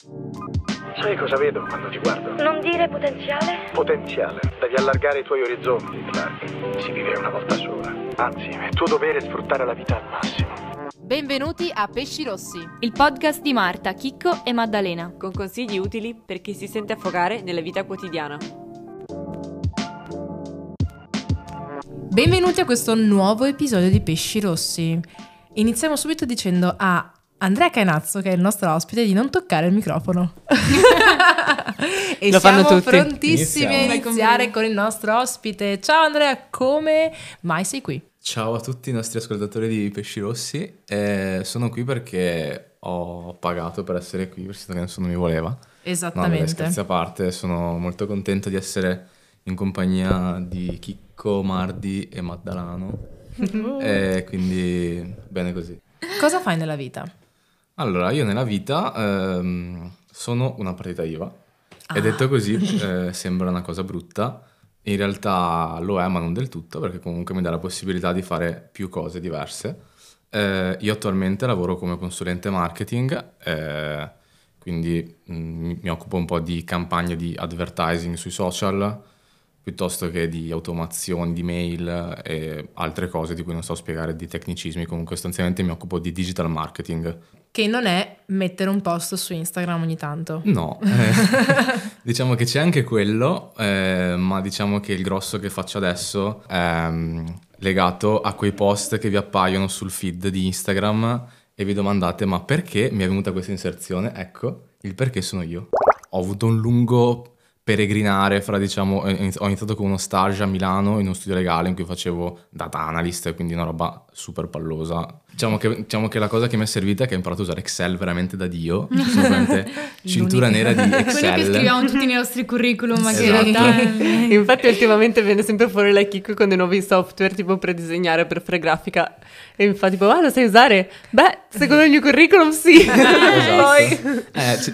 Sai cosa vedo quando ti guardo? Non dire potenziale? Potenziale. Devi allargare i tuoi orizzonti, Clark. Si vive una volta sola. Anzi, è tuo dovere sfruttare la vita al massimo. Benvenuti a Pesci Rossi, il podcast di Marta, Chicco e Maddalena, con consigli utili per chi si sente affogare nella vita quotidiana. Benvenuti a questo nuovo episodio di Pesci Rossi. Iniziamo subito dicendo a Andrea Cainazzo, che è il nostro ospite, di non toccare il microfono. E lo fanno tutti. Siamo prontissimi a iniziare con il nostro ospite. Ciao Andrea, come mai sei qui? Ciao a tutti i nostri ascoltatori di Pesci Rossi. Sono qui perché ho pagato per essere qui, visto che nessuno mi voleva. Esattamente. No, scherzi a parte, sono molto contento di essere in compagnia di Chicco, Mardi e Maddalano. Quindi bene così. Cosa fai nella vita? Allora, io nella vita sono una partita IVA. E detto così sembra una cosa brutta. In realtà lo è, ma non del tutto, perché comunque mi dà la possibilità di fare più cose diverse. Io attualmente lavoro come consulente marketing, quindi mi occupo un po' di campagne di advertising sui social, piuttosto che di automazioni, di mail e altre cose di cui non so spiegare, di tecnicismi. Comunque sostanzialmente mi occupo di digital marketing. Che non è mettere un post su Instagram ogni tanto. No, diciamo che c'è anche quello, ma diciamo che il grosso che faccio adesso è legato a quei post che vi appaiono sul feed di Instagram e vi domandate: ma perché mi è venuta questa inserzione? Ecco, il perché sono io. Ho avuto un lungo peregrinare ho iniziato con uno stage a Milano in uno studio legale in cui facevo data analyst, quindi una roba super pallosa. Diciamo che la cosa che mi è servita è che ho imparato a usare Excel veramente da Dio, cintura nera di Excel. Quello che scriviamo tutti nei nostri curriculum, ma che in Esatto. realtà Infatti ultimamente viene sempre fuori la Chicco con dei nuovi software tipo predisegnare per fregrafica e mi fa tipo: lo sai usare? Beh, secondo il mio curriculum sì. Esatto.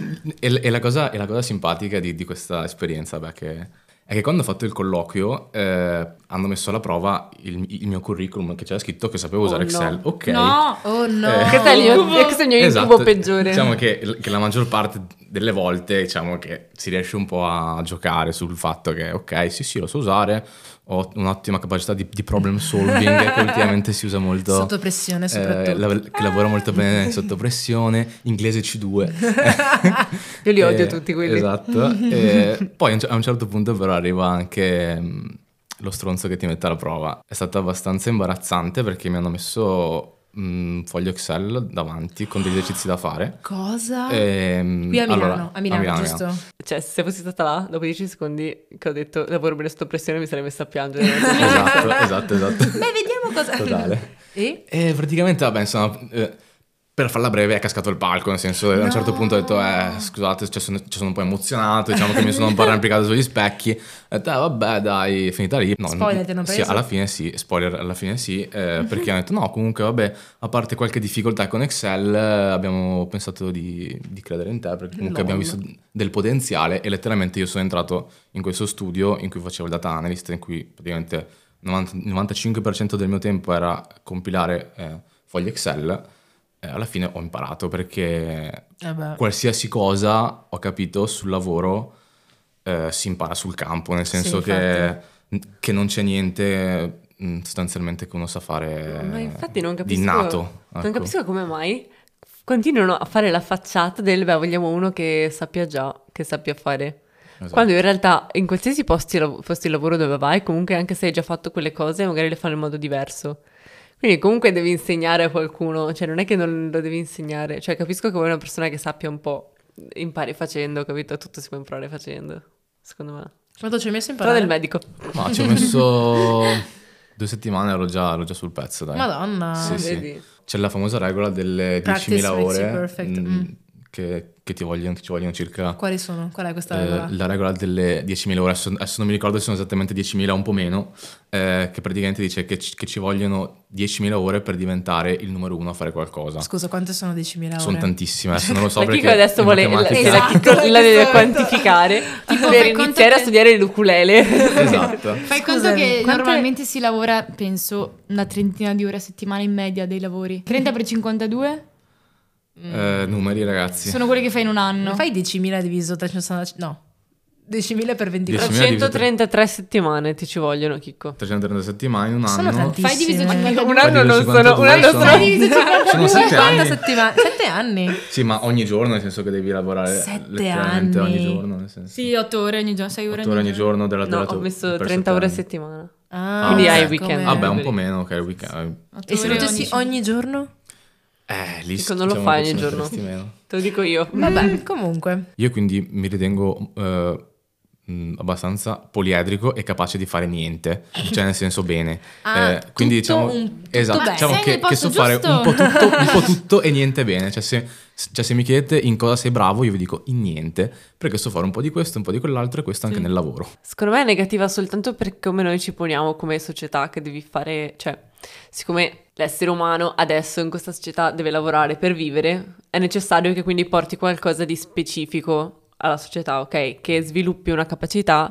E la cosa simpatica di questa esperienza è che quando ho fatto il colloquio hanno messo alla prova il mio curriculum, che c'era scritto che sapevo usare Excel. Ok. no, Questo è il mio Esatto. incubo peggiore. Diciamo che la maggior parte delle volte diciamo che si riesce un po' a giocare sul fatto che ok, sì, lo so usare, ho un'ottima capacità di problem solving che ultimamente si usa molto Sotto pressione soprattutto. che lavora molto bene sotto pressione, inglese C2. Io li odio tutti quelli. Esatto. E poi a un certo punto però arriva anche lo stronzo che ti mette alla prova. È stato abbastanza imbarazzante perché mi hanno messo un foglio Excel davanti con degli esercizi da fare. Cosa? Qui a Milano, a Milano, giusto? Cioè, se fossi stata là, dopo 10 secondi che ho detto lavoro bene sotto pressione, mi sarei messa a piangere. Esatto. Beh, vediamo cosa... Totale. E praticamente, vabbè, insomma, per farla breve è cascato il palco, nel senso a un certo punto ho detto scusate, sono un po' emozionato, diciamo che mi sono un po' arrampicato sugli specchi, ho detto vabbè dai, finita lì. No, spoiler ti hanno preso? Sì, alla fine sì, perché hanno detto no, comunque vabbè, a parte qualche difficoltà con Excel abbiamo pensato di credere in te, perché comunque abbiamo visto del potenziale e letteralmente io sono entrato in questo studio in cui facevo il data analyst, in cui praticamente il 95% del mio tempo era compilare fogli Excel. Alla fine ho imparato perché qualsiasi cosa ho capito sul lavoro si impara sul campo, nel senso che non c'è niente sostanzialmente che uno sa fare ma infatti non capisco, di innato. Non Ecco. capisco come mai continuano a fare la facciata del vogliamo uno che sappia fare. Esatto. Quando in realtà in qualsiasi posto di lavoro dove vai, comunque anche se hai già fatto quelle cose, magari le fanno in modo diverso. Quindi comunque devi insegnare a qualcuno, cioè non è che non lo devi insegnare, cioè capisco che vuoi una persona che sappia un po', impari facendo, capito? Tutto si può imparare facendo, secondo me. Quanto ci hai messo a Però imparare? del medico. Ma ci ho messo 2 settimane, ero già sul pezzo, dai. Madonna. Sì. Vedi? C'è la famosa regola delle Practice 10.000 makes you ore perfect. che ci vogliono circa... Quali sono? Qual è questa regola? La regola delle 10.000 ore, adesso non mi ricordo se sono esattamente 10.000 o un po' meno, che praticamente dice che ci vogliono 10.000 ore per diventare il numero 1 a fare qualcosa. Scusa, quante sono 10.000 ore? Sono tantissime, adesso non lo so La perché... Kiko adesso vuole Esatto. la deve quantificare Tipo, per fai conto iniziare a che- studiare l'ukulele. Esatto. fai conto Scusami, che quante- normalmente si lavora, penso, una trentina di ore a settimana in media dei lavori. 30 per 52? Numeri, ragazzi. Sono quelli che fai in un anno. Non fai 10.000 diviso 365? No. 10.000 per 24. 333 settimane ti ci vogliono, Chicco. 330 settimane in un Sono anno. tantissime. Fai diviso 52. Un anno non sono... 52 Un anno sono- sono... Sono 7 50 anni. settimane. 7 anni. Sì, ma ogni giorno, nel senso che devi lavorare 7 letteralmente anni. ogni giorno. Nel senso. Sì, 8 ore ogni giorno, 6 ore 8 ore ogni giorno della No, tua- ho messo per 30 ore a 7 anni. settimana. Ah, Quindi ok. hai come- weekend. Vabbè, un po' meno, ok, il weekend. 8 E se ore facessi ogni giorno? Lì Dico, non lo diciamo fai che ogni ce ne giorno. faresti meno. Te lo dico io. Vabbè, comunque. Io quindi mi ritengo abbastanza poliedrico e capace di fare niente, cioè nel senso bene. Quindi tutto diciamo, tutto esatto, bene. diciamo Sei nel che so posto fare giusto. un po' tutto e niente bene. Cioè se mi chiedete in cosa sei bravo, io vi dico in niente, perché so fare un po' di questo, un po' di quell'altro e questo anche nel lavoro. Secondo me è negativa soltanto per come noi ci poniamo come società, che devi fare, cioè, siccome l'essere umano adesso in questa società deve lavorare per vivere, è necessario che quindi porti qualcosa di specifico alla società, ok? Che sviluppi una capacità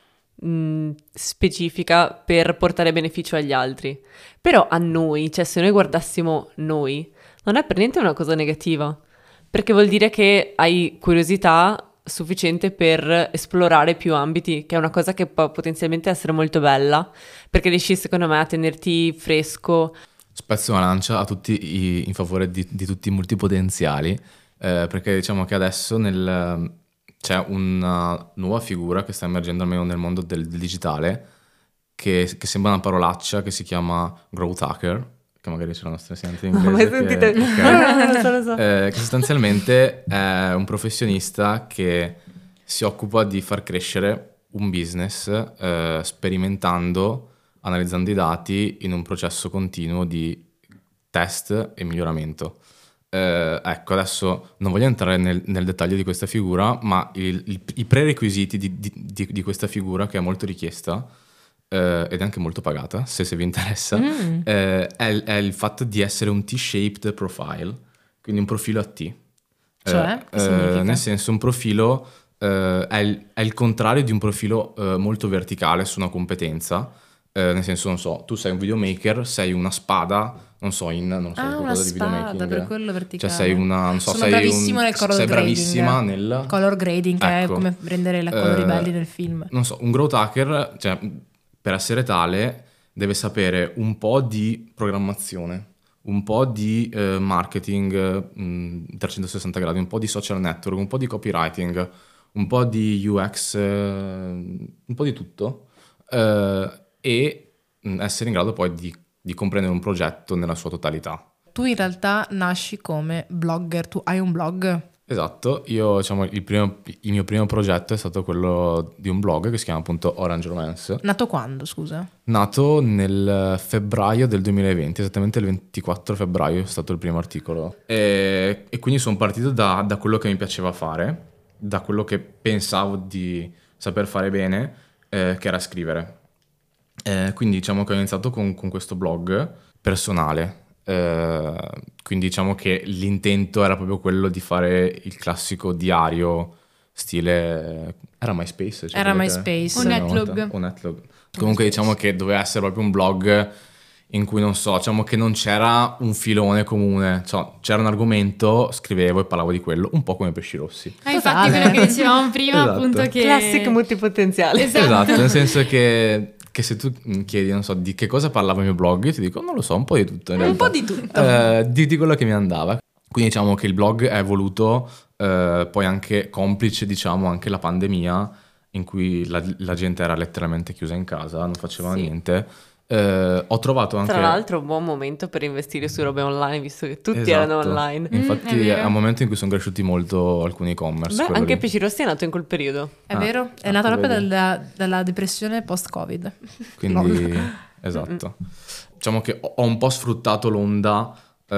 specifica per portare beneficio agli altri. Però a noi, cioè se noi guardassimo noi, non è per niente una cosa negativa, perché vuol dire che hai curiosità sufficiente per esplorare più ambiti, che è una cosa che può potenzialmente essere molto bella, perché riesci secondo me a tenerti fresco. Spezzo una lancia a tutti in favore di tutti i multipotenziali, perché diciamo che adesso c'è una nuova figura che sta emergendo almeno nel mondo del digitale, che sembra una parolaccia, che si chiama growth hacker, che magari c'è la nostra insegnante in Non ho mai inglese. sentito. Ok. Lo so. Che sostanzialmente è un professionista che si occupa di far crescere un business sperimentando, analizzando i dati in un processo continuo di test e miglioramento. Ecco, adesso non voglio entrare nel dettaglio di questa figura, ma i prerequisiti di questa figura, che è molto richiesta ed è anche molto pagata, se vi interessa, è il fatto di essere un T-shaped profile, quindi un profilo a T. Cioè, che significa? Nel senso, un profilo è il contrario di un profilo molto verticale su una competenza. Nel senso, non so, tu sei un videomaker, sei una spada, non so, Una qualcosa di spada, videomaking. per quello verticale. Cioè sei una, non so, Sono sei bravissimo nel color sei grading. bravissima nel Color grading, che Ecco. è come rendere i colori belli nel film. Non so, un growth hacker, cioè, per essere tale, deve sapere un po' di programmazione, un po' di marketing 360 gradi, un po' di social network, un po' di copywriting, un po' di UX, un po' di tutto, e essere in grado poi di comprendere un progetto nella sua totalità. Tu in realtà nasci come blogger, tu hai un blog? Esatto, io diciamo il mio primo progetto è stato quello di un blog che si chiama appunto Orange Romance, Nato quando, scusa? nato nel febbraio del 2020, esattamente il 24 febbraio è stato il primo articolo, e quindi sono partito da quello che mi piaceva fare, da quello che pensavo di saper fare bene, che era scrivere. Quindi diciamo che ho iniziato con questo blog personale. Quindi diciamo che l'intento era proprio quello di fare il classico diario stile era MySpace, cioè Era quello che- MySpace. Un netlog. un netlog. Comunque diciamo che doveva essere proprio un blog in cui non so, diciamo che non c'era un filone comune, cioè, c'era un argomento, scrivevo e parlavo di quello, un po' come Pesci Rossi. Infatti Totale. quello che dicevamo prima, Esatto. appunto, che... Classic multipotenziale. Esatto, nel senso che se tu mi chiedi, non so, di che cosa parlava il mio blog, io ti dico, non lo so, un po' di tutto in realtà. Un po' di tutto. Di quello che mi andava. Quindi diciamo che il blog è evoluto poi anche complice, diciamo, anche la pandemia, in cui la gente era letteralmente chiusa in casa, non faceva Sì. niente. Ho trovato anche... Tra l'altro un buon momento per investire su robe online, visto che tutti Esatto. erano online. Infatti è è, vero. un momento in cui sono cresciuti molto alcuni e-commerce. Beh, quello anche lì. Pesci Rossi è nato in quel periodo. È Ah, vero? È ecco, nata proprio vedi. dalla depressione post-Covid. Quindi, esatto. Diciamo che ho un po' sfruttato l'onda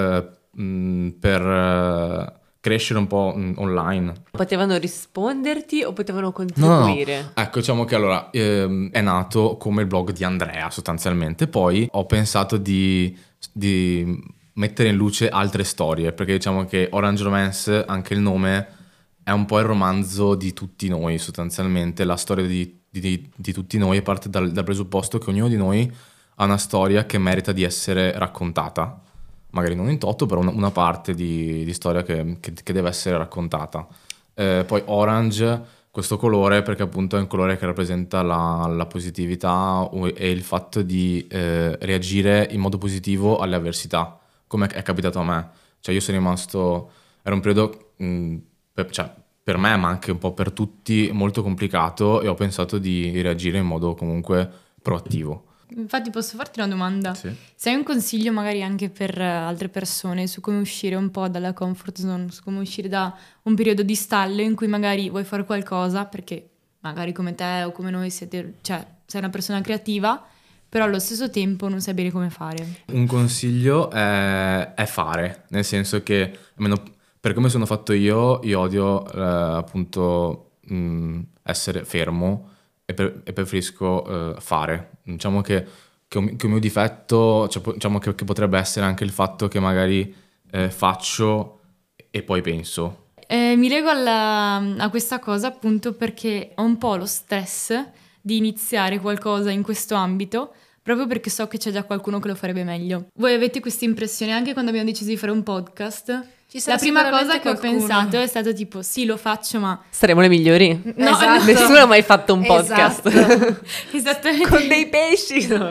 per crescere un po' online. Potevano risponderti o potevano No. contribuire? Ecco, diciamo che allora è nato come il blog di Andrea sostanzialmente, poi ho pensato di mettere in luce altre storie, perché diciamo che Orange Romance, anche il nome, è un po' il romanzo di tutti noi sostanzialmente, la storia di tutti noi, e parte dal presupposto che ognuno di noi ha una storia che merita di essere raccontata. magari non in toto, però una parte di storia che deve essere raccontata. Poi orange, questo colore, perché appunto è un colore che rappresenta la positività e il fatto di reagire in modo positivo alle avversità, come è capitato a me. Cioè io sono rimasto, era un periodo per me, ma anche un po' per tutti, molto complicato, e ho pensato di reagire in modo comunque proattivo. Infatti posso farti una domanda? Sì. Se hai un consiglio magari anche per altre persone su come uscire un po' dalla comfort zone, su come uscire da un periodo di stallo in cui magari vuoi fare qualcosa, perché magari come te o come noi sei una persona creativa, però allo stesso tempo non sai bene come fare. Un consiglio è fare, nel senso che, almeno per come sono fatto io odio appunto essere fermo e preferisco fare. Diciamo che un mio difetto, cioè, diciamo che potrebbe essere anche il fatto che magari faccio e poi penso. Mi lego a questa cosa appunto perché ho un po' lo stress di iniziare qualcosa in questo ambito, proprio perché so che c'è già qualcuno che lo farebbe meglio. Voi avete questa impressione anche quando abbiamo deciso di fare un podcast? La prima cosa che ho pensato è stato tipo, sì, lo faccio, ma... Saremo le migliori. No, Esatto. Nessuno ha mai fatto un podcast. Esatto. Esattamente. Con dei pesci. No?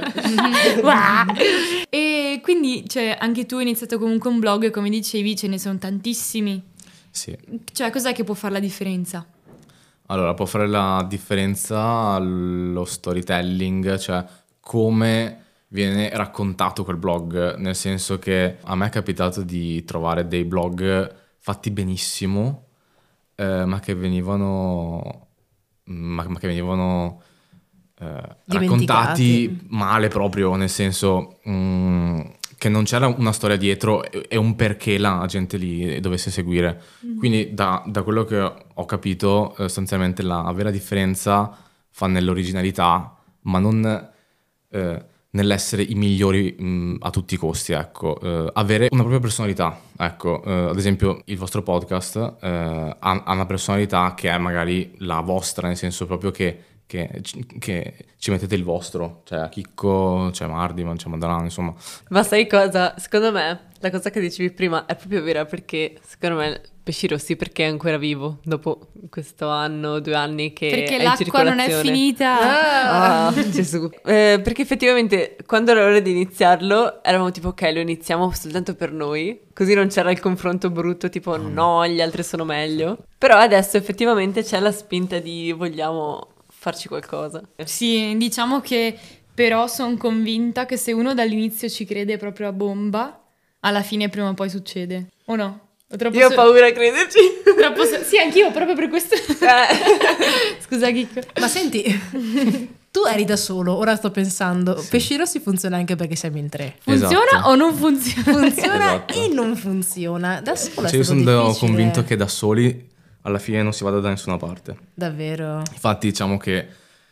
E quindi, cioè, anche tu hai iniziato comunque un blog, come dicevi, ce ne sono tantissimi. Sì. Cioè, cos'è che può fare la differenza? Allora, può fare la differenza lo storytelling, cioè come viene raccontato quel blog, nel senso che a me è capitato di trovare dei blog fatti benissimo, ma che venivano raccontati male proprio, nel senso che non c'era una storia dietro e un perché la gente li dovesse seguire. Quindi da quello che ho capito, sostanzialmente la vera differenza fa nell'originalità, ma non nell'essere i migliori a tutti i costi, ecco. Avere una propria personalità, ecco. Ad esempio il vostro podcast ha una personalità che è magari la vostra, nel senso proprio che ci mettete il vostro, cioè Chicco, c'è Mardi, c'è Madalano, insomma. Ma sai cosa? Secondo me la cosa che dicevi prima è proprio vera, perché secondo me Pesci Rossi perché è ancora vivo dopo questo anno, 2 anni che Perché è in l'acqua non è circolazione. finita. Ah, Gesù. Perché effettivamente quando era ora di iniziarlo eravamo tipo ok, lo iniziamo soltanto per noi, così non c'era il confronto brutto tipo no, gli altri sono meglio. Però adesso effettivamente c'è la spinta di vogliamo farci qualcosa. Sì, diciamo che però sono convinta che se uno dall'inizio ci crede proprio a bomba, alla fine prima o poi succede. O no? O troppo Io ho paura a crederci. Sì, anch'io, proprio per questo. Scusa, Chicco. Ma senti, tu eri da solo, ora sto pensando, Pesci Rossi funziona anche perché siamo in 3. Funziona Esatto. o non funziona? Funziona Esatto. e non funziona. Da sola Cioè, io è stato sono difficile. convinto che da soli alla fine non si vada da nessuna parte. Davvero? Infatti diciamo che,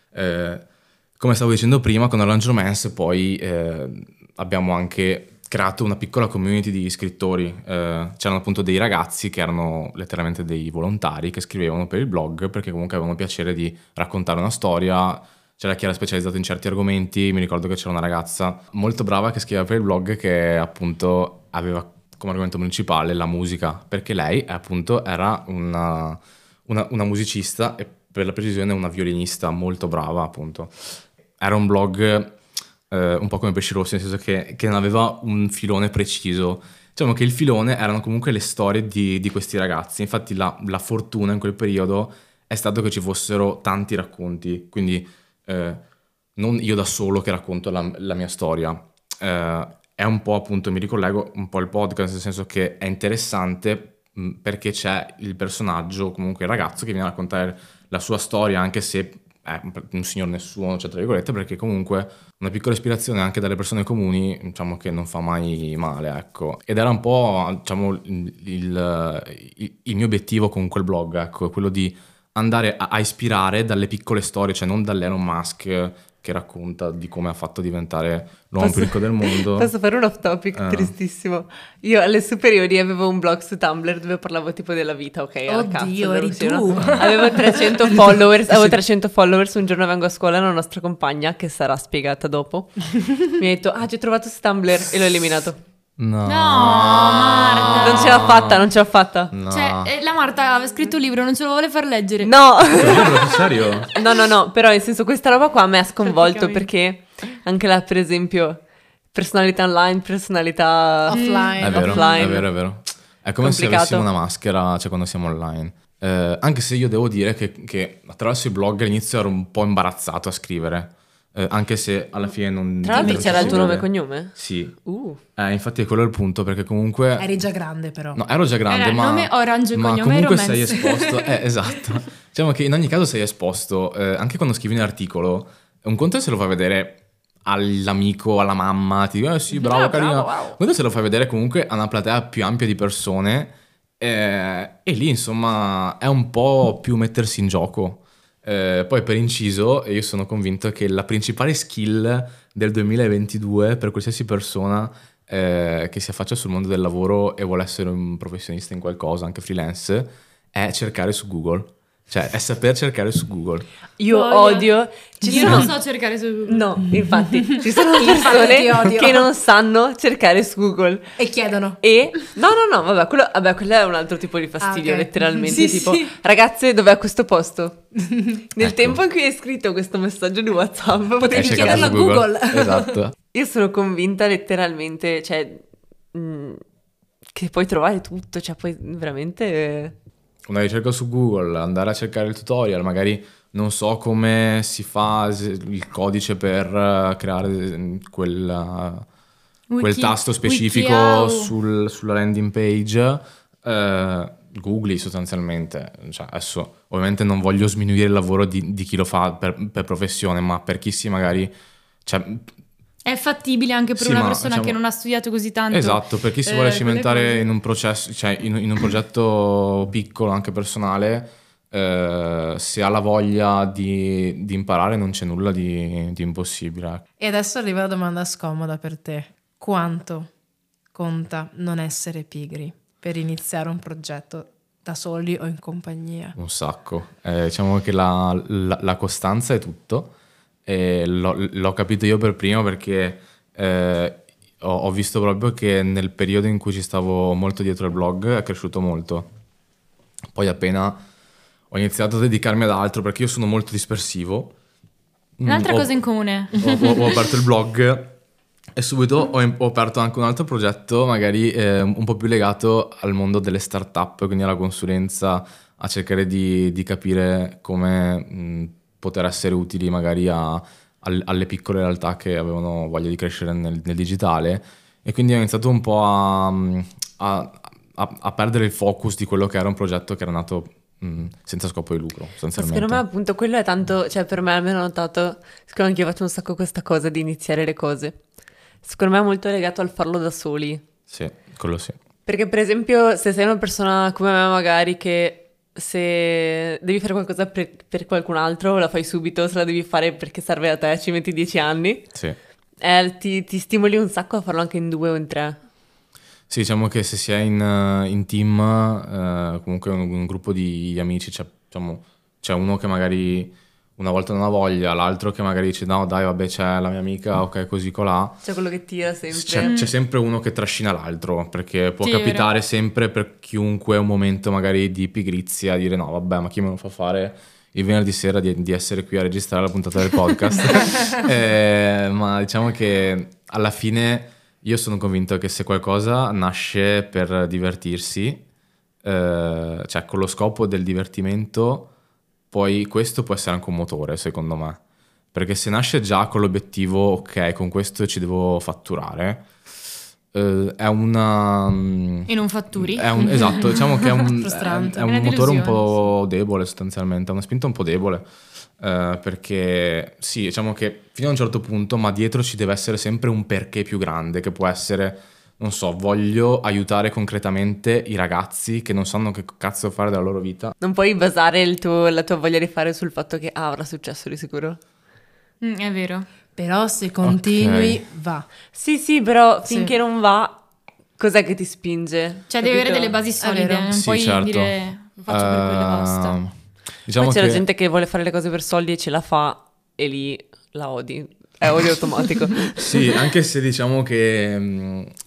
come stavo dicendo prima, con Arrangio Romance poi abbiamo anche creato una piccola community di scrittori. C'erano appunto dei ragazzi che erano letteralmente dei volontari che scrivevano per il blog perché comunque avevano piacere di raccontare una storia. C'era chi era specializzato in certi argomenti, mi ricordo che c'era una ragazza molto brava che scriveva per il blog che appunto aveva come argomento principale la musica, perché lei appunto era una musicista e per la precisione una violinista molto brava appunto. Era un blog un po' come Pesci Rossi, nel senso che non aveva un filone preciso. Diciamo che il filone erano comunque le storie di questi ragazzi. Infatti la fortuna in quel periodo è stato che ci fossero tanti racconti, quindi non io da solo che racconto la mia storia. È un po' appunto, mi ricollego un po' al podcast, nel senso che è interessante perché c'è il personaggio, comunque il ragazzo che viene a raccontare la sua storia, anche se è un signor nessuno, cioè tra virgolette, perché comunque una piccola ispirazione anche dalle persone comuni, diciamo che non fa mai male, ecco. Ed era un po', diciamo, il mio obiettivo con quel blog, ecco, quello di andare a ispirare dalle piccole storie, cioè non dall'Elon Musk che racconta di come ha fatto diventare l'uomo più ricco del mondo. Posso fare un off topic tristissimo? Io alle superiori avevo un blog su Tumblr dove parlavo tipo della vita, ok? Alla cazzo, Oddio, allora eri sì, tu. no? Avevo 300 followers, avevo 300 followers, un giorno vengo a scuola e una nostra compagna, che sarà spiegata dopo, mi ha detto, ci ho trovato su Tumblr e l'ho eliminato. No. No, Marta. Non ce l'ha fatta, non ce l'ha fatta. No. Cioè, la Marta aveva scritto un libro, non ce lo vuole far leggere. No. Davvero, serio? No, però nel senso questa roba qua mi ha sconvolto Praticamente. perché anche là, per esempio, personalità online, personalità Offline. È vero, offline. è vero, è vero. È come se Complicato. avessimo una maschera, cioè quando siamo online. Anche se io devo dire che attraverso i blog all'inizio ero un po' imbarazzato a scrivere. Anche se alla fine non... Tra l'altro non c'era il si tuo nome e vede. cognome? Sì. Infatti Quello è il punto, perché comunque... Eri già grande però. No, ero già grande, Era il ma... nome Orange, ma cognome comunque Romance. sei esposto... esatto. Diciamo che in ogni caso sei esposto. Anche quando scrivi un articolo, un conto è se lo fai vedere all'amico, alla mamma, ti dico, sì, bravo, carino. Un conto è se lo fai vedere comunque a una platea più ampia di persone, e lì, insomma, è un po' più mettersi in gioco. Poi per inciso, io sono convinto che la principale skill del 2022 per qualsiasi persona che si affaccia sul mondo del lavoro e vuole essere un professionista in qualcosa, anche freelance, è cercare su Google. Cioè, è saper cercare su Google. Io Voglia. odio. Io non so cercare su Google. No, infatti, ci sono Infatti persone ti odio. che non sanno cercare su Google. E chiedono. E no, vabbè, quello è un altro tipo di fastidio, ok. letteralmente. Sì, tipo, sì. Ragazze, dov'è questo posto? Nel Ecco. tempo in cui hai scritto questo messaggio di WhatsApp, potevi Devi cercare chiederlo su a Google. Esatto. Io sono convinta letteralmente, cioè, che puoi trovare tutto, cioè, puoi veramente... Una ricerca su Google, andare a cercare il tutorial, magari non so come si fa il codice per creare quel tasto specifico WikiHow. sulla landing page, googli sostanzialmente. Cioè, adesso ovviamente non voglio sminuire il lavoro di chi lo fa per professione, ma per chi si magari... Cioè, È fattibile anche per Sì, una ma, persona diciamo- che non ha studiato così tanto. esatto, per chi si vuole quelle cimentare cose. in un processo, cioè in un progetto piccolo, anche personale, se ha la voglia di imparare non c'è nulla di impossibile. E adesso arriva la domanda scomoda per te. Quanto conta non essere pigri per iniziare un progetto da soli o in compagnia? Un sacco. Diciamo che la costanza è tutto. E l'ho capito io per primo perché ho visto proprio che nel periodo in cui ci stavo molto dietro al blog è cresciuto molto. Poi appena ho iniziato a dedicarmi ad altro, perché io sono molto dispersivo. Un'altra Ho- cosa in comune. ho aperto il blog e subito ho aperto anche un altro progetto, magari un po' più legato al mondo delle start-up, quindi alla consulenza, a cercare di capire come poter essere utili magari alle piccole realtà che avevano voglia di crescere nel digitale. E quindi ho iniziato un po' a perdere il focus di quello che era un progetto che era nato senza scopo di lucro, sostanzialmente. Secondo me appunto quello è tanto, cioè per me almeno ho notato, secondo me anche io faccio un sacco questa cosa di iniziare le cose. Secondo me è molto legato al farlo da soli. Sì, quello sì. Perché per esempio se sei una persona come me magari che se devi fare qualcosa per qualcun altro la fai subito, se la devi fare perché serve a te ci metti 10 anni, Sì. ti stimoli un sacco a farlo anche in 2 o in 3. Sì, diciamo che se si è in team, comunque un gruppo di amici, c'è uno che magari una volta non ha voglia, l'altro che magari dice no dai vabbè c'è la mia amica, ok così colà. C'è quello che tira sempre. C'è sempre uno che trascina l'altro, perché può Sì, è capitare sempre per chiunque un momento magari di pigrizia, dire no vabbè ma chi me lo fa fare il venerdì sera di essere qui a registrare la puntata del podcast. Ma diciamo che alla fine io sono convinto che se qualcosa nasce per divertirsi, cioè con lo scopo del divertimento, poi questo può essere anche un motore secondo me, perché se nasce già con l'obiettivo ok con questo ci devo fatturare, è una E non fatturi. esatto, diciamo che è un Frustrante. è un Una motore un delusione, po' debole sostanzialmente, è una spinta un po' debole, perché sì, diciamo che fino a un certo punto, ma dietro ci deve essere sempre un perché più grande, che può essere, non so, voglio aiutare concretamente i ragazzi che non sanno che cazzo fare della loro vita. Non puoi basare la tua voglia di fare sul fatto che avrà successo di sicuro. È vero. Però se continui Ok. va. Sì, però Sì. finché non va, cos'è che ti spinge? Cioè devi avere Capito? delle basi solide, vero. non Sì, puoi certo. dire lo faccio per quello e basta. Diciamo Poi c'è che la gente che vuole fare le cose per soldi e ce la fa e lì la odi. È odio automatico. sì, anche se diciamo che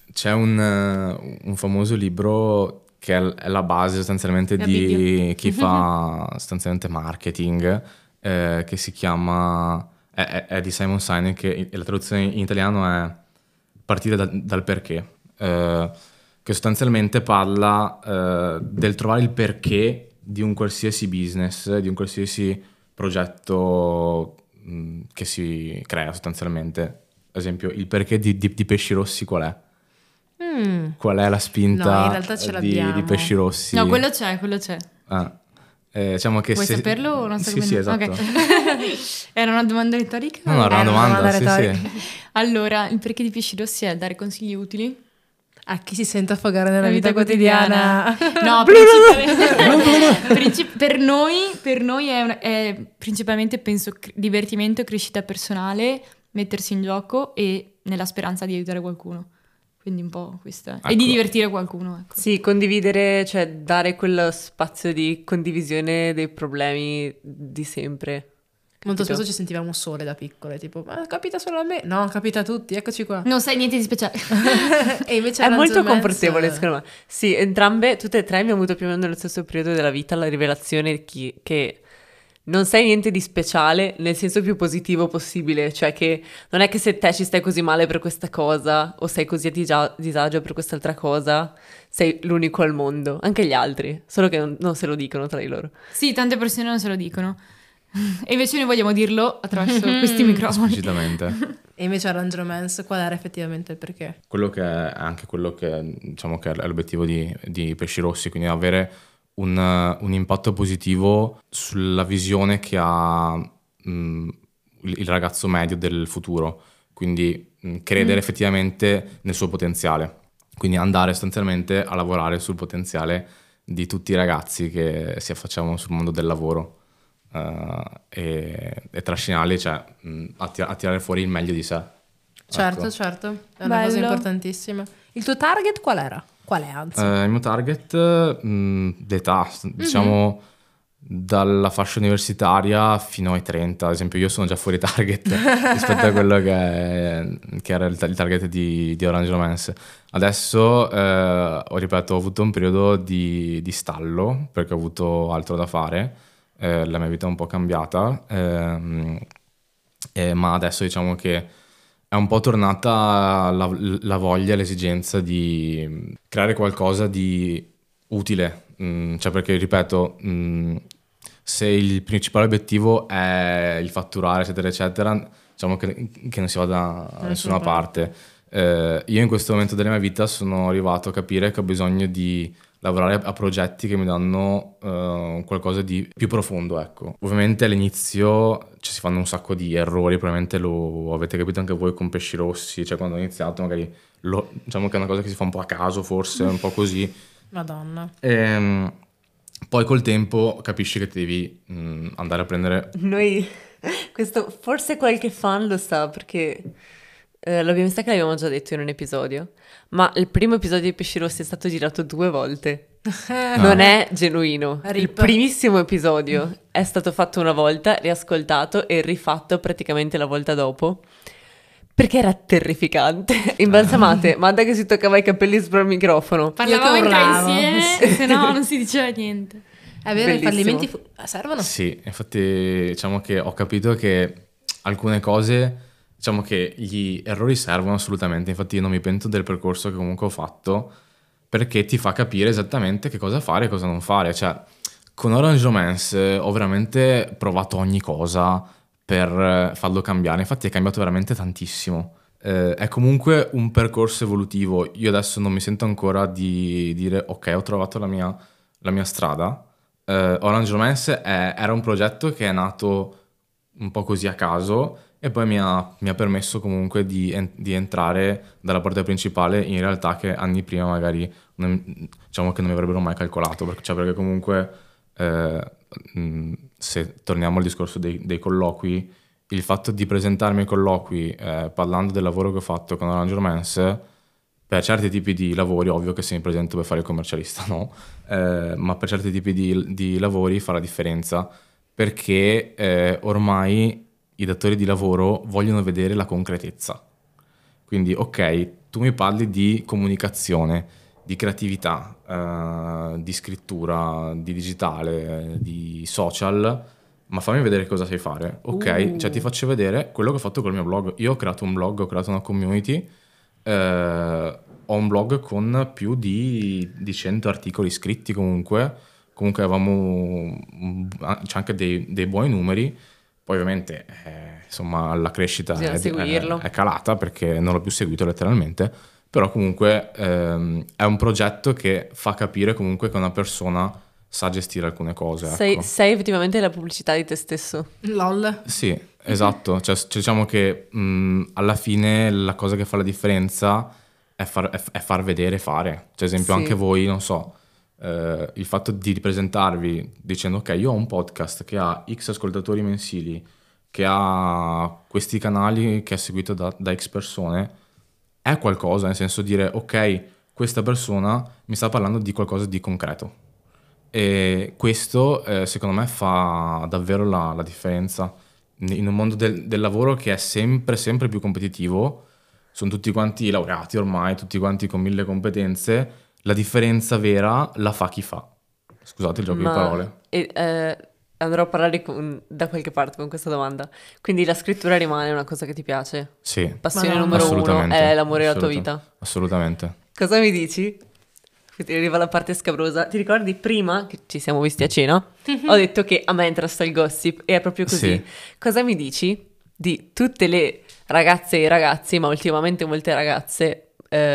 C'è un famoso libro che è la base sostanzialmente La di Bibbia. chi fa sostanzialmente marketing, che si chiama, è di Simon Sinek, e la traduzione in italiano è Partire dal perché, che sostanzialmente parla del trovare il perché di un qualsiasi business, di un qualsiasi progetto che si crea sostanzialmente. Ad esempio, il perché di Pesci Rossi qual è? Qual è la spinta No, in realtà ce di l'abbiamo. Pesci Rossi? No, quello c'è. Diciamo che Vuoi saperlo o non so Sì, come... sì, esatto. Ok. Era una domanda retorica? No, era una domanda, sì, sì. Allora, il perché di Pesci Rossi è dare consigli utili. A chi si sente affogare nella vita quotidiana. No, per noi è principalmente, penso, divertimento, crescita personale, mettersi in gioco e nella speranza di aiutare qualcuno. Quindi un po' questo. E di Ecco. divertire qualcuno, ecco. Sì, condividere, cioè dare quello spazio di condivisione dei problemi di sempre. Molto Capito? spesso ci sentivamo sole da piccole, tipo, ma capita solo a me? No, capita a tutti, eccoci qua. Non sai niente di speciale. E invece È molto Arrangements- confortevole, secondo me. Sì, entrambe, tutte e tre abbiamo avuto più o meno nello stesso periodo della vita la rivelazione che non sei niente di speciale nel senso più positivo possibile, cioè che non è che se te ci stai così male per questa cosa o sei così a disagio per quest'altra cosa, sei l'unico al mondo, anche gli altri, solo che non se lo dicono tra di loro. Sì, tante persone non se lo dicono. E invece noi vogliamo dirlo attraverso questi microfoni. Esplicitamente. E invece Arrangements, qual era effettivamente il perché? Quello che è anche quello che diciamo che è l'obiettivo di Pesci Rossi, quindi avere un impatto positivo sulla visione che ha il ragazzo medio del futuro, quindi credere effettivamente nel suo potenziale, quindi andare sostanzialmente a lavorare sul potenziale di tutti i ragazzi che si affacciano sul mondo del lavoro, e trascinarli, cioè a tirare fuori il meglio di sé. Certo, Ecco. certo, è una cosa Bello. importantissima. Il tuo target qual era? Qual è, anzi? Il mio target, d'età, diciamo dalla fascia universitaria fino ai 30. Ad esempio, io sono già fuori target rispetto a quello che era il target di Orange Romance. Adesso, ripeto, ho avuto un periodo di stallo perché ho avuto altro da fare. La mia vita è un po' cambiata, ma adesso diciamo che è un po' tornata la voglia e l'esigenza di creare qualcosa di utile. Cioè, perché, ripeto, se il principale obiettivo è il fatturare, eccetera, eccetera, diciamo che non si va da nessuna parte. Io in questo momento della mia vita sono arrivato a capire che ho bisogno di lavorare a progetti che mi danno qualcosa di più profondo, ecco. Ovviamente all'inizio si fanno un sacco di errori, probabilmente lo avete capito anche voi con Pesci Rossi, cioè quando ho iniziato magari diciamo che è una cosa che si fa un po' a caso, forse, un po' così. Madonna. Poi col tempo capisci che ti devi andare a prendere... Noi, questo forse qualche fan lo sa perché mi sa che l'abbiamo già detto in un episodio, ma il primo episodio di Pesci Rossi è stato girato 2 volte. Non è genuino. Il Rip. primissimo episodio è stato fatto una volta, riascoltato e rifatto praticamente la volta dopo. Perché era terrificante. Imbalsamate, Madda che si toccava i capelli sopra il microfono. Parlavamo Io che urlavo. insieme, se no non si diceva niente. È vero, i Bellissimo. fallimenti servono? Sì, infatti diciamo che ho capito che alcune cose, diciamo che gli errori servono assolutamente, infatti io non mi pento del percorso che comunque ho fatto, perché ti fa capire esattamente che cosa fare e cosa non fare. Cioè, con Orange Romance ho veramente provato ogni cosa per farlo cambiare, infatti è cambiato veramente tantissimo. È comunque un percorso evolutivo. Io adesso non mi sento ancora di dire ok, ho trovato la mia strada. Orange Romance era un progetto che è nato un po' così a caso e poi mi ha permesso comunque di entrare dalla porta principale in realtà che anni prima magari diciamo che non mi avrebbero mai calcolato, perché comunque se torniamo al discorso dei colloqui, il fatto di presentarmi ai colloqui parlando del lavoro che ho fatto con Orange Romance, per certi tipi di lavori, ovvio che se mi presento per fare il commercialista no, ma per certi tipi di lavori fa la differenza, perché ormai i datori di lavoro vogliono vedere la concretezza. Quindi ok, tu mi parli di comunicazione, di creatività, di scrittura, di digitale, di social, ma fammi vedere cosa sai fare, ok? Cioè ti faccio vedere quello che ho fatto col mio blog. Io ho creato un blog, ho creato una community, ho un blog con più di 100 articoli scritti comunque avevamo, c'è anche dei buoni numeri, poi ovviamente insomma la crescita è calata perché non l'ho più seguito letteralmente, però comunque è un progetto che fa capire comunque che una persona sa gestire alcune cose. Ecco. Sei effettivamente la pubblicità di te stesso. LOL. Sì, esatto, cioè, diciamo che alla fine la cosa che fa la differenza è far vedere fare, cioè ad esempio anche voi, non so, il fatto di ripresentarvi dicendo ok, io ho un podcast che ha X ascoltatori mensili, che ha questi canali che è seguito da X persone, è qualcosa, nel senso dire ok, questa persona mi sta parlando di qualcosa di concreto, e questo secondo me fa davvero la differenza in un mondo del lavoro che è sempre più competitivo. Sono tutti quanti laureati ormai, tutti quanti con 1000 competenze. La differenza vera la fa chi fa. Scusate il gioco di parole. Andrò a parlare da qualche parte con questa domanda. Quindi la scrittura rimane una cosa che ti piace? Sì. Passione numero 1 è l'amore della tua vita? Assolutamente. Cosa mi dici? Ti arriva la parte scabrosa. Ti ricordi prima che ci siamo visti a cena? Ho detto che a me interessa il gossip e è proprio così. Sì. Cosa mi dici di tutte le ragazze e ragazzi, ma ultimamente molte ragazze,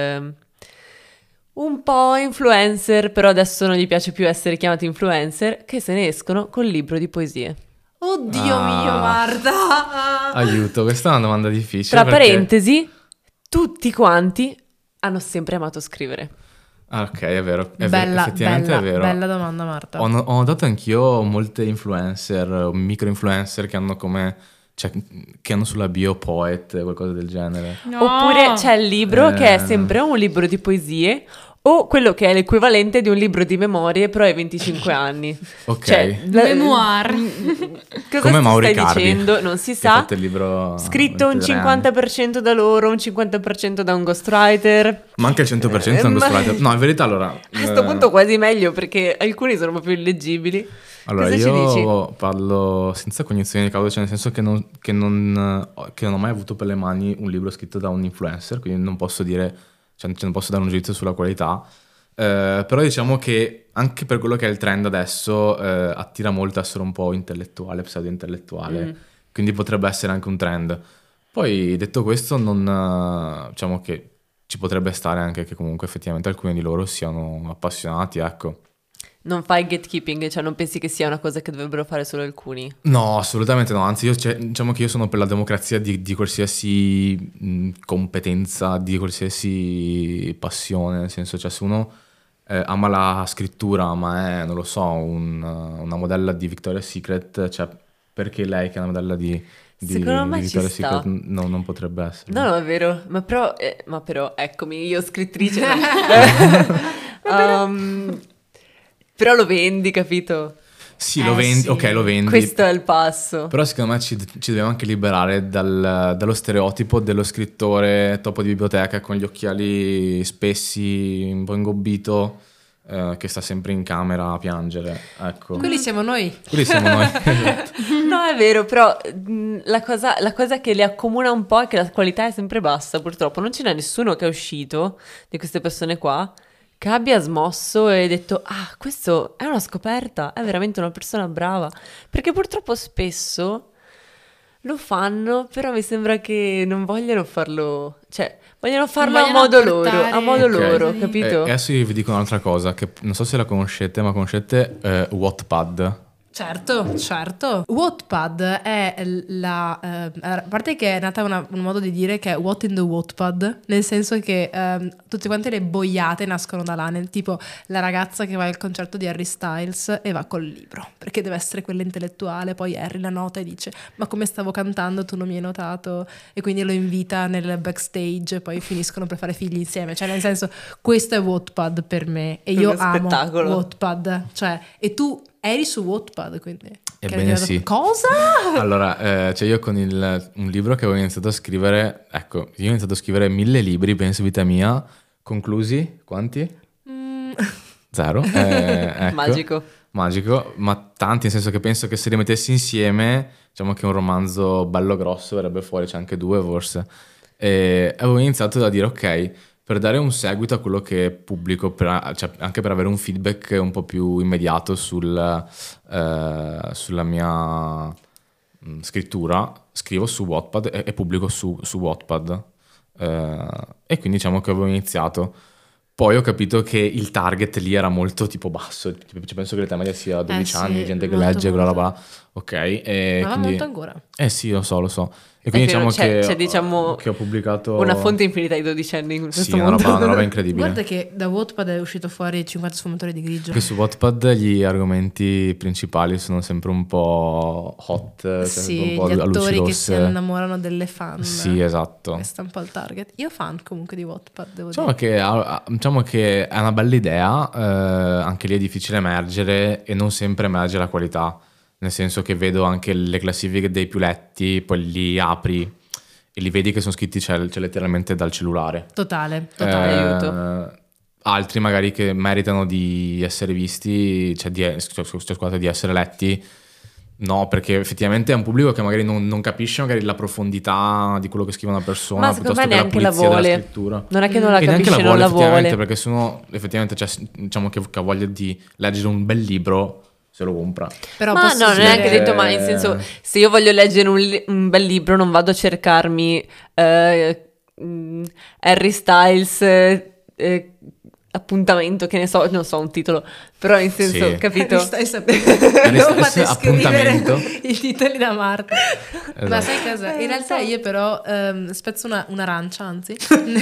un po' influencer, però adesso non gli piace più essere chiamati influencer, che se ne escono col libro di poesie? Oddio mio, guarda! Aiuto, questa è una domanda difficile. Tra parentesi, tutti quanti hanno sempre amato scrivere. Ah, ok, è vero, effettivamente è vero. Bella domanda, Marta. Ho notato anch'io molte influencer, micro influencer che hanno cioè, che hanno sulla bio poet, qualcosa del genere. No. Oppure c'è il libro che è sempre un libro di poesie o quello che è l'equivalente di un libro di memorie però ai 25 anni. Ok. Cioè, Memoir. cosa come Mauro stai Icardi, dicendo? Non si che ha sa. fatto il libro Scritto un 23 anni. 50% da loro, un 50% da un ghostwriter. Ma anche il 100% è un ghostwriter. No, in verità allora... A questo punto quasi meglio perché alcuni sono proprio illeggibili. Allora, Cosa ci dici? io parlo senza cognizione di causa, cioè nel senso che non ho mai avuto per le mani un libro scritto da un influencer, quindi non posso dire, cioè non posso dare un giudizio sulla qualità, però diciamo che anche per quello che è il trend adesso attira molto essere un po' intellettuale, pseudo-intellettuale, quindi potrebbe essere anche un trend. Poi detto questo, diciamo che ci potrebbe stare anche che comunque effettivamente alcuni di loro siano appassionati, ecco. Non fai gatekeeping, cioè non pensi che sia una cosa che dovrebbero fare solo alcuni? No, assolutamente no, anzi diciamo che io sono per la democrazia di qualsiasi competenza, di qualsiasi passione, nel senso, cioè se uno ama la scrittura ma è, non lo so, una modella di Victoria's Secret, cioè perché lei che è una modella di Secondo me ci Victoria's sta. Secret non potrebbe essere. No, è vero, ma però eccomi, io scrittrice. Però lo vendi, capito? Sì, lo vendi, sì. ok, lo vendi. Questo è il passo. Però secondo me ci dobbiamo anche liberare dallo stereotipo dello scrittore topo di biblioteca con gli occhiali spessi, un po' ingobbito, che sta sempre in camera a piangere, ecco. Quelli siamo noi. Quelli siamo noi. Esatto. No, è vero, però la cosa che le accomuna un po' è che la qualità è sempre bassa, purtroppo. Non ce n'è nessuno che è uscito di queste persone qua che abbia smosso e detto ah, questo è una scoperta, è veramente una persona brava, perché purtroppo spesso lo fanno, però mi sembra che non vogliono farlo, cioè vogliono farlo vogliono a modo apportare- loro, Ok. capito? Adesso io vi dico un'altra cosa, che non so se la conoscete, ma conoscete Wattpad? Certo. Wattpad è a parte che è nata un modo di dire che è what in the Wattpad, nel senso che tutte quante le boiate nascono da là, tipo la ragazza che va al concerto di Harry Styles e va col libro, perché deve essere quella intellettuale, poi Harry la nota e dice ma come stavo cantando tu non mi hai notato, e quindi lo invita nel backstage e poi finiscono per fare figli insieme, cioè nel senso questo è Wattpad per me e io Uno amo spettacolo. Wattpad, cioè, e tu eri su Wattpad, quindi. Ebbene sì. Cosa? Allora, cioè io con un libro che avevo iniziato a scrivere, ecco, io ho iniziato a scrivere 1000 libri, penso, vita mia, conclusi, quanti? 0. Ecco. Magico, ma tanti, nel senso che penso che se li mettessi insieme, diciamo che un romanzo bello grosso verrebbe fuori, c'è anche 2 forse. E avevo iniziato da dire, ok, per dare un seguito a quello che pubblico, cioè anche per avere un feedback un po' più immediato sulla mia scrittura, scrivo su Wattpad e pubblico su Wattpad. E quindi diciamo che avevo iniziato. Poi ho capito che il target lì era molto tipo basso, ci penso che l'età media sia 12 anni, gente che legge, bla bla bla. Ok, e Ma quindi... molto ancora. Sì, lo so. E quindi diciamo c'è, diciamo, che ho pubblicato... una fonte infinita di 12 anni in questo sì, mondo. una roba incredibile. Guarda che da Wattpad è uscito fuori 50 sfumatori di grigio. Che su Wattpad gli argomenti principali sono sempre un po' hot, cioè Sì, un po' gli a luci attori che rosse. si innamorano delle fan. Sì, esatto. Questo è un po' il target. Io fan comunque di Wattpad, devo Diciamo dire. diciamo che è una bella idea, anche lì è difficile emergere e non sempre emerge la qualità, nel senso che vedo anche le classifiche dei più letti, poi li apri e li vedi che sono scritti cioè letteralmente dal cellulare. Totale. Aiuto. Altri magari che meritano di essere visti, cioè scusate, di essere letti, no, perché effettivamente è un pubblico che magari non capisce magari la profondità di quello che scrive una persona, Ma secondo me piuttosto che la neanche la pulizia della vuole. scrittura. Non è che non la E neanche capisce, non la effettivamente, vuole. perché se uno effettivamente diciamo che ha voglia di leggere un bel libro, se lo compra. Però Ma posso no, non è dire- neanche detto, ma in senso, se io voglio leggere un bel libro, non vado a cercarmi Harry Styles, appuntamento, che ne so, non so un titolo, però in senso, Sì. capito? Stai sapendo. Harry Non Styles, fate scrivere appuntamento. i titoli da Marta. Ma Esatto. sai cosa? In realtà io però spezzo un'arancia, anzi,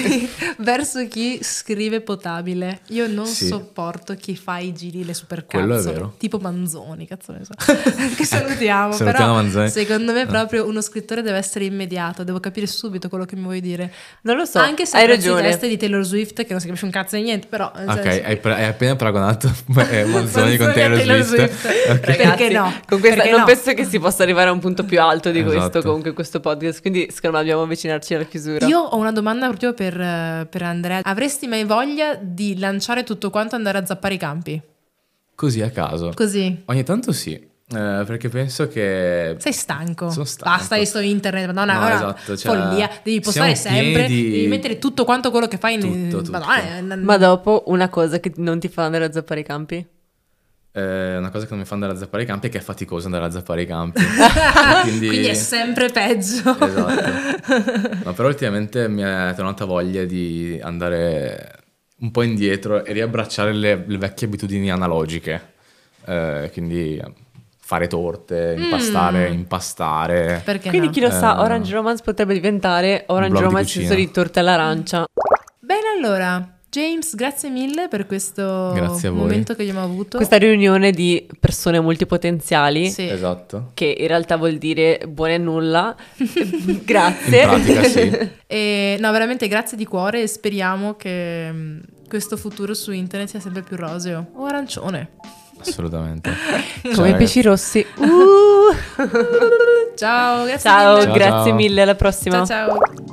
verso chi scrive potabile. Io non Sì. sopporto chi fa i giri le supercazzo. Quello è vero. Tipo Manzoni, cazzo ne so. Che salutiamo. Salutiamo Però Manzoni. secondo me proprio uno scrittore deve essere immediato. Devo capire subito quello che mi vuoi dire. Non lo so, Anche se hai apprezzo i ragione. testi di Taylor Swift, che non si capisce un cazzo di niente, però... nel Ok, senso- hai appena paragonato Manzoni con Manzoni a Taylor Taylor Swift. Swift. Ok. Perché no? Con questa, Perché non no? penso che si possa arrivare a un punto più alto di questo, Esatto. comunque, questo podcast, quindi secondo me dobbiamo avvicinarci alla chiusura. Io ho una domanda proprio per Andrea. Avresti mai voglia di lanciare tutto quanto e andare a zappare i campi? Così a caso. Così? Ogni tanto sì, perché penso che... Sei stanco? Sono stanco. Basta, io sto internet, madonna, No, una esatto, cioè, follia. Devi postare siamo pieni sempre, di- devi mettere tutto quanto quello che fai in... Tutto. Madonna, Ma dopo una cosa che non ti fa andare a zappare i campi? Una cosa che non mi fa andare a zappare i campi è che è faticoso andare a zappare i campi. Quindi è sempre peggio. Esatto. Ma però ultimamente mi è tornata voglia di andare un po' indietro e riabbracciare le vecchie abitudini analogiche. Quindi fare torte, impastare. Perché Quindi no? chi lo sa, Orange Romance potrebbe diventare Orange blog di Romance cucina. senso di torta all'arancia. Bene, allora, James, grazie mille per questo Grazie a voi. momento che abbiamo avuto. Questa riunione di persone multipotenziali, Sì. Esatto. che in realtà vuol dire buone a nulla. In Grazie. pratica sì. E, no, veramente grazie di cuore e speriamo che questo futuro su internet sia sempre più roseo o arancione. Assolutamente. Come Ciao, i pesci rossi. Ciao, grazie Ciao, mille. Ciao, grazie ciao. mille, alla prossima. Ciao ciao.